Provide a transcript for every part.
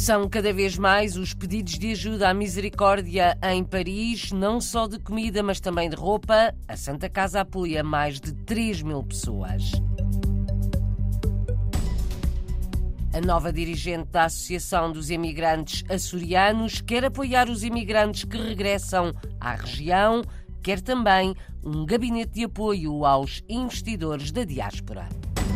São cada vez mais os pedidos de ajuda à misericórdia em Paris, não só de comida, mas também de roupa. A Santa Casa apoia mais de 3.000 pessoas. A nova dirigente da Associação dos Imigrantes Açorianos quer apoiar os imigrantes que regressam à região, quer também um gabinete de apoio aos investidores da diáspora.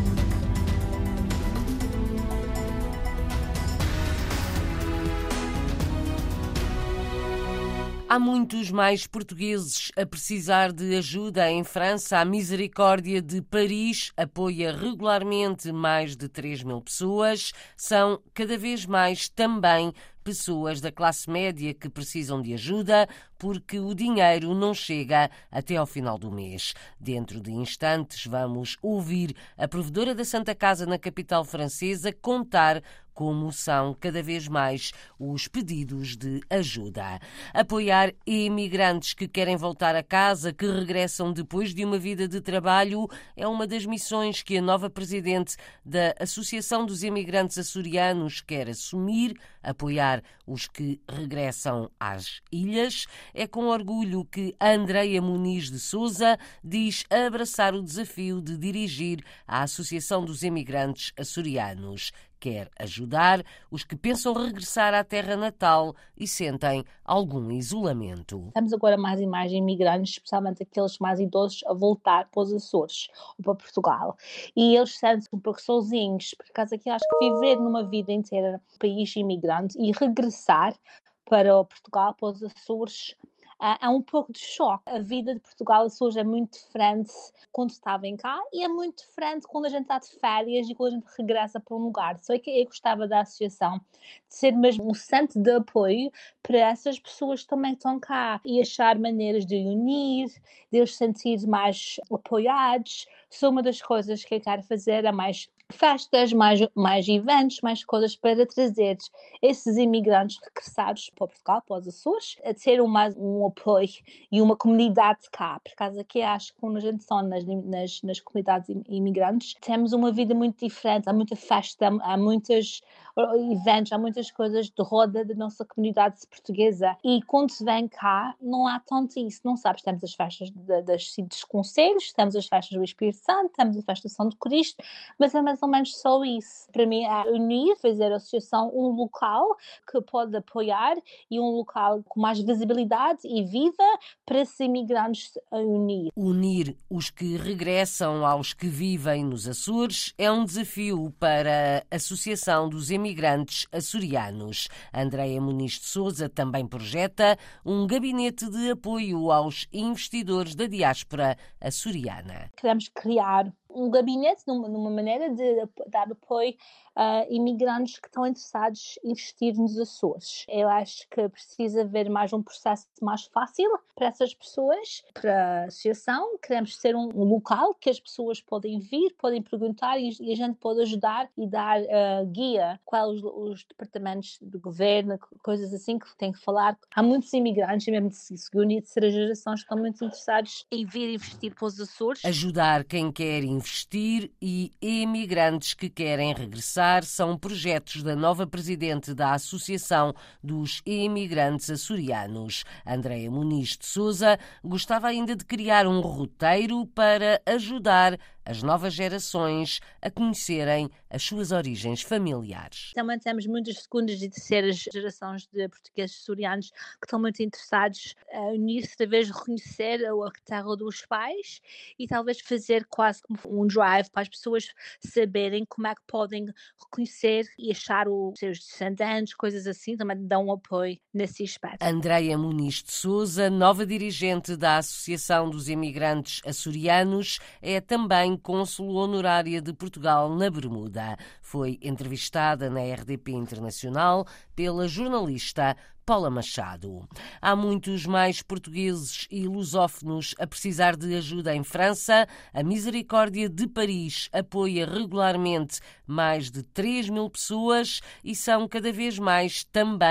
Há muitos mais portugueses a precisar de ajuda em França. A Misericórdia de Paris apoia regularmente mais de 3.000 pessoas. São cada vez mais também pessoas da classe média que precisam de ajuda porque o dinheiro não chega até ao final do mês. Dentro de instantes vamos ouvir a provedora da Santa Casa na capital francesa contar como são cada vez mais os pedidos de ajuda. Apoiar imigrantes que querem voltar a casa, que regressam depois de uma vida de trabalho, é uma das missões que a nova presidente da Associação dos Imigrantes Açorianos quer assumir, apoiar os que regressam às ilhas. É com orgulho que Andreia Muniz de Sousa diz abraçar o desafio de dirigir a Associação dos Imigrantes Açorianos. Quer ajudar os que pensam regressar à terra natal e sentem algum isolamento. Temos agora mais e mais imigrantes, especialmente aqueles mais idosos, a voltar para os Açores ou para Portugal. E eles sentem-se um pouco sozinhos, por causa que acho que viver numa vida inteira no país imigrante e regressar para o Portugal, para os Açores, há um pouco de choque. A vida de Portugal Açores é muito diferente quando estava em cá e é muito diferente quando a gente está de férias e quando a gente regressa para um lugar. Só que eu gostava da associação de ser mesmo um centro de apoio para essas pessoas que também estão cá e achar maneiras de unir, de eles sentir mais apoiados. Só uma das coisas que eu quero fazer é mais festas, mais eventos, mais coisas para trazer esses imigrantes regressados para Portugal, para os Açores, a ter um apoio e uma comunidade cá. Por causa que acho que quando a gente está nas comunidades imigrantes, temos uma vida muito diferente, há muita festa, há muitos eventos, há muitas coisas de roda da nossa comunidade portuguesa. E quando se vem cá, não há tanto isso, não sabes? Temos as festas dos concelhos, temos as festas do Espírito Santo, temos a festa de São Cristo, mas é mais ou menos só isso. Para mim é unir, fazer a associação um local que pode apoiar e um local com mais visibilidade e viva para esses imigrantes a unir. Unir os que regressam aos que vivem nos Açores é um desafio para a Associação dos Imigrantes Açorianos. Andreia Muniz de Sousa também projeta um gabinete de apoio aos investidores da diáspora açoriana. Queremos criar um gabinete numa maneira de dar apoio a imigrantes que estão interessados em investir nos Açores. Eu acho que precisa haver mais um processo mais fácil para essas pessoas, para a associação. Queremos ser um local que as pessoas podem vir, podem perguntar e a gente pode ajudar e dar guia quais os departamentos do governo, coisas assim que tem que falar. Há muitos imigrantes, mesmo de segunda e terceira geração, que estão muito interessados em vir investir para os Açores. Ajudar quem quer investir e imigrantes que querem regressar são projetos da nova presidente da Associação dos Imigrantes Açorianos. Andreia Muniz de Sousa gostava ainda de criar um roteiro para ajudar as novas gerações a conhecerem as suas origens familiares. Também temos muitas segundas e terceiras gerações de portugueses açorianos que estão muito interessados a unir-se, talvez reconhecer a terra dos pais e talvez fazer quase como um drive para as pessoas saberem como é que podem reconhecer e achar os seus descendentes, coisas assim, também dão um apoio nesse aspecto. Andreia Muniz de Sousa, nova dirigente da Associação dos Imigrantes Açorianos, é também cônsul honorária de Portugal na Bermuda. Foi entrevistada na RDP Internacional pela jornalista Paula Machado. Há muitos mais portugueses e lusófonos a precisar de ajuda em França. A Misericórdia de Paris apoia regularmente mais de 3.000 pessoas e são cada vez mais também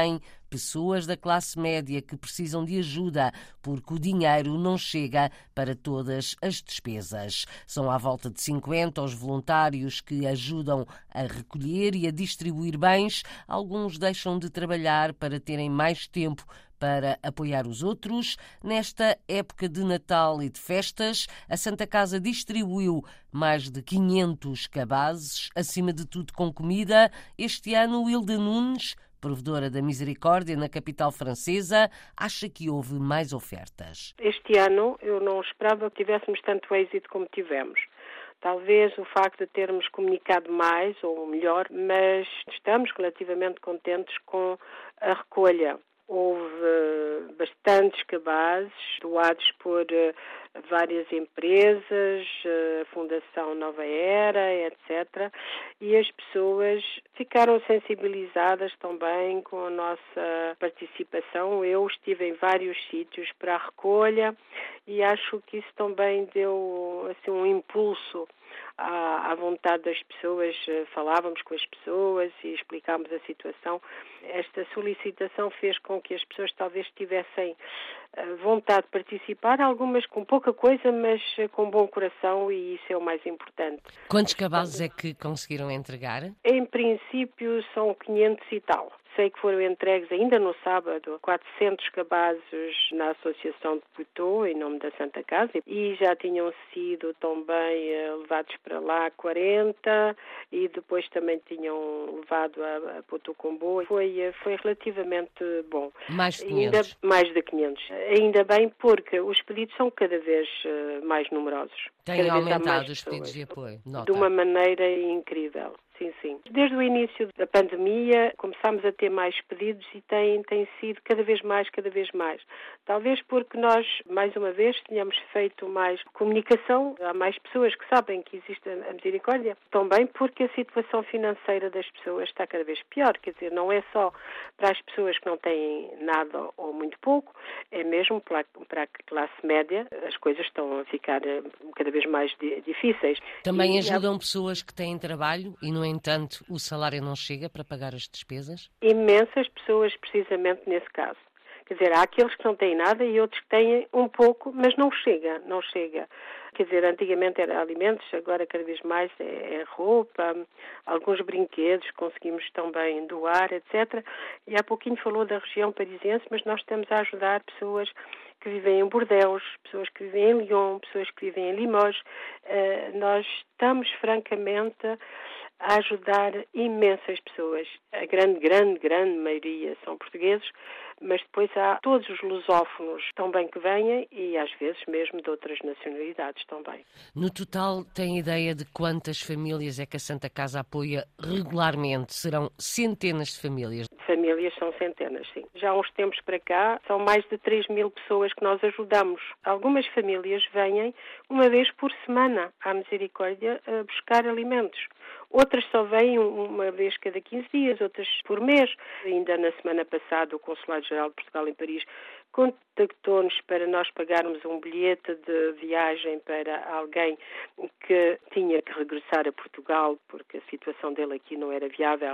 pessoas da classe média que precisam de ajuda porque o dinheiro não chega para todas as despesas. São à volta de 50 os voluntários que ajudam a recolher e a distribuir bens. Alguns deixam de trabalhar para terem mais tempo para apoiar os outros. Nesta época de Natal e de festas, a Santa Casa distribuiu mais de 500 cabazes, acima de tudo com comida. Este ano, Hilda Nunes, provedora da Misericórdia na capital francesa, acha que houve mais ofertas. Este ano eu não esperava que tivéssemos tanto êxito como tivemos. Talvez o facto de termos comunicado mais ou melhor, mas estamos relativamente contentes com a recolha. Houve bastantes cabazes doados por várias empresas, a Fundação Nova Era, etc. E as pessoas ficaram sensibilizadas também com a nossa participação. Eu estive em vários sítios para a recolha e acho que isso também deu assim, um impulso à vontade das pessoas. Falávamos com as pessoas e explicámos a situação. Esta solicitação fez com que as pessoas talvez tivessem vontade de participar, algumas com pouca coisa, mas com bom coração, e isso é o mais importante. Quantos cabazes é que conseguiram entregar? Em princípio são 500 e tal. Sei que foram entregues ainda no sábado 400 cabazes na Associação de Puteaux, em nome da Santa Casa, e já tinham sido também levados para lá 40 e depois também tinham levado a Puteaux-Combourg. Foi relativamente bom. Mais de 500? Mais de 500. Ainda bem, porque os pedidos são cada vez mais numerosos. Têm aumentado os pedidos de apoio. Nota. De uma maneira incrível. Sim, sim. Desde o início da pandemia começámos a ter mais pedidos e tem sido cada vez mais. Talvez porque nós, mais uma vez, tenhamos feito mais comunicação. Há mais pessoas que sabem que existe a misericórdia. Também porque a situação financeira das pessoas está cada vez pior. Quer dizer, não é só para as pessoas que não têm nada ou muito pouco, é mesmo para a classe média. As coisas estão a ficar cada vez mais difíceis. Também ajudam pessoas que têm trabalho e, no entanto, o salário não chega para pagar as despesas? Imensas pessoas, precisamente nesse caso. Quer dizer, há aqueles que não têm nada e outros que têm um pouco, mas não chega. Quer dizer, antigamente era alimentos, agora cada vez mais é roupa, alguns brinquedos conseguimos também doar, etc. E há pouquinho falou da região parisiense, mas nós estamos a ajudar pessoas que vivem em Bordeaux, pessoas que vivem em Lyon, pessoas que vivem em Limoges. Nós estamos, francamente, a ajudar imensas pessoas. A grande maioria são portugueses, mas depois há todos os lusófonos também que vêm e às vezes mesmo de outras nacionalidades também. No total, tem ideia de quantas famílias é que a Santa Casa apoia regularmente? Serão centenas de famílias? Famílias são centenas, sim. Já há uns tempos para cá, são mais de 3.000 pessoas que nós ajudamos. Algumas famílias vêm uma vez por semana à Misericórdia a buscar alimentos. Outras só vêm uma vez cada 15 dias, outras por mês. Ainda na semana passada, o Consulado-Geral de Portugal em Paris contactou-nos para nós pagarmos um bilhete de viagem para alguém que tinha que regressar a Portugal porque a situação dele aqui não era viável,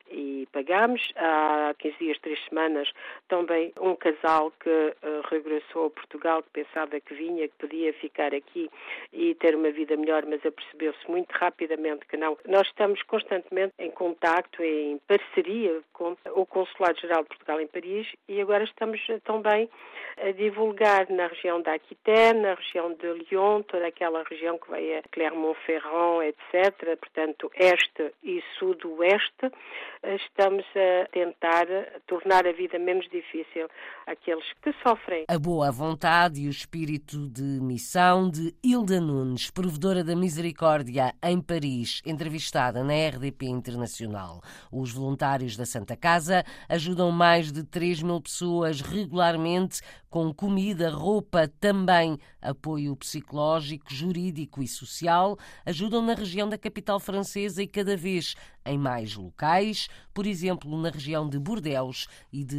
e pagámos. Há 15 dias, 3 semanas, também um casal que regressou a Portugal, que pensava que vinha, que podia ficar aqui e ter uma vida melhor, mas apercebeu-se muito rapidamente que não. Nós estamos constantemente em contacto, em parceria com o Consulado-Geral de Portugal em Paris, e agora estamos também a divulgar na região da Aquitaine, na região de Lyon, toda aquela região que vai a Clermont-Ferrand, etc., portanto, este e sudoeste. Estamos a tentar tornar a vida menos difícil àqueles que sofrem. A boa vontade e o espírito de missão de Hilda Nunes, provedora da Misericórdia em Paris, entrevistada na RDP Internacional. Os voluntários da Santa Casa ajudam mais de 3.000 pessoas regularmente com comida, roupa, também apoio psicológico, jurídico e social. Ajudam na região da capital francesa e cada vez em mais locais, por exemplo, na região de Bordeaux e de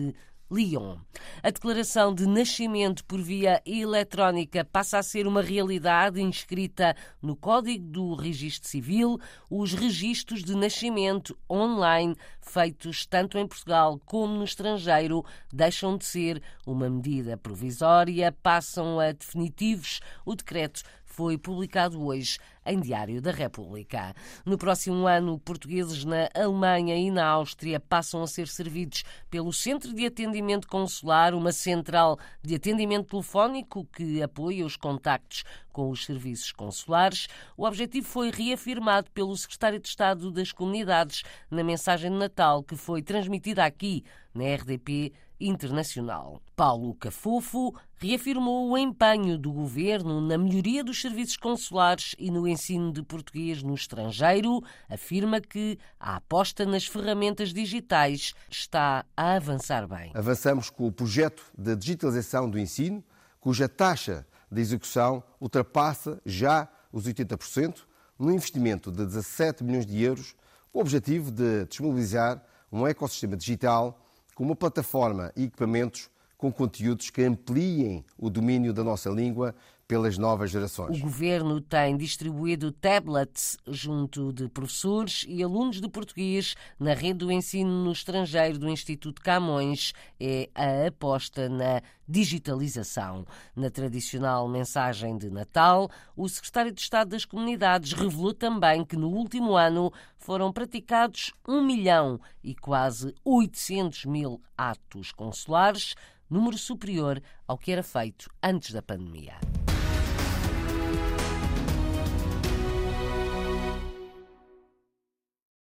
Lyon. A declaração de nascimento por via eletrónica passa a ser uma realidade inscrita no Código do Registro Civil. Os registros de nascimento online, feitos tanto em Portugal como no estrangeiro, deixam de ser uma medida provisória, passam a definitivos. O decreto foi publicado hoje em Diário da República. No próximo ano, portugueses na Alemanha e na Áustria passam a ser servidos pelo Centro de Atendimento Consular, uma central de atendimento telefónico que apoia os contactos com os serviços consulares. O objetivo foi reafirmado pelo Secretário de Estado das Comunidades na mensagem de Natal que foi transmitida aqui na RDP Internacional. Paulo Cafofo reafirmou o empenho do governo na melhoria dos serviços consulares e no ensino de português no estrangeiro. Afirma que a aposta nas ferramentas digitais está a avançar bem. Avançamos com o projeto de digitalização do ensino, cuja taxa de execução ultrapassa já os 80%, num investimento de 17 milhões de euros, com o objetivo de disponibilizar um ecossistema digital com uma plataforma e equipamentos com conteúdos que ampliem o domínio da nossa língua pelas novas gerações. O governo tem distribuído tablets junto de professores e alunos de português na rede do ensino no estrangeiro do Instituto Camões. É a aposta na digitalização. Na tradicional mensagem de Natal, o secretário de Estado das Comunidades revelou também que no último ano foram praticados 1 milhão e quase 800 mil atos consulares, número superior ao que era feito antes da pandemia.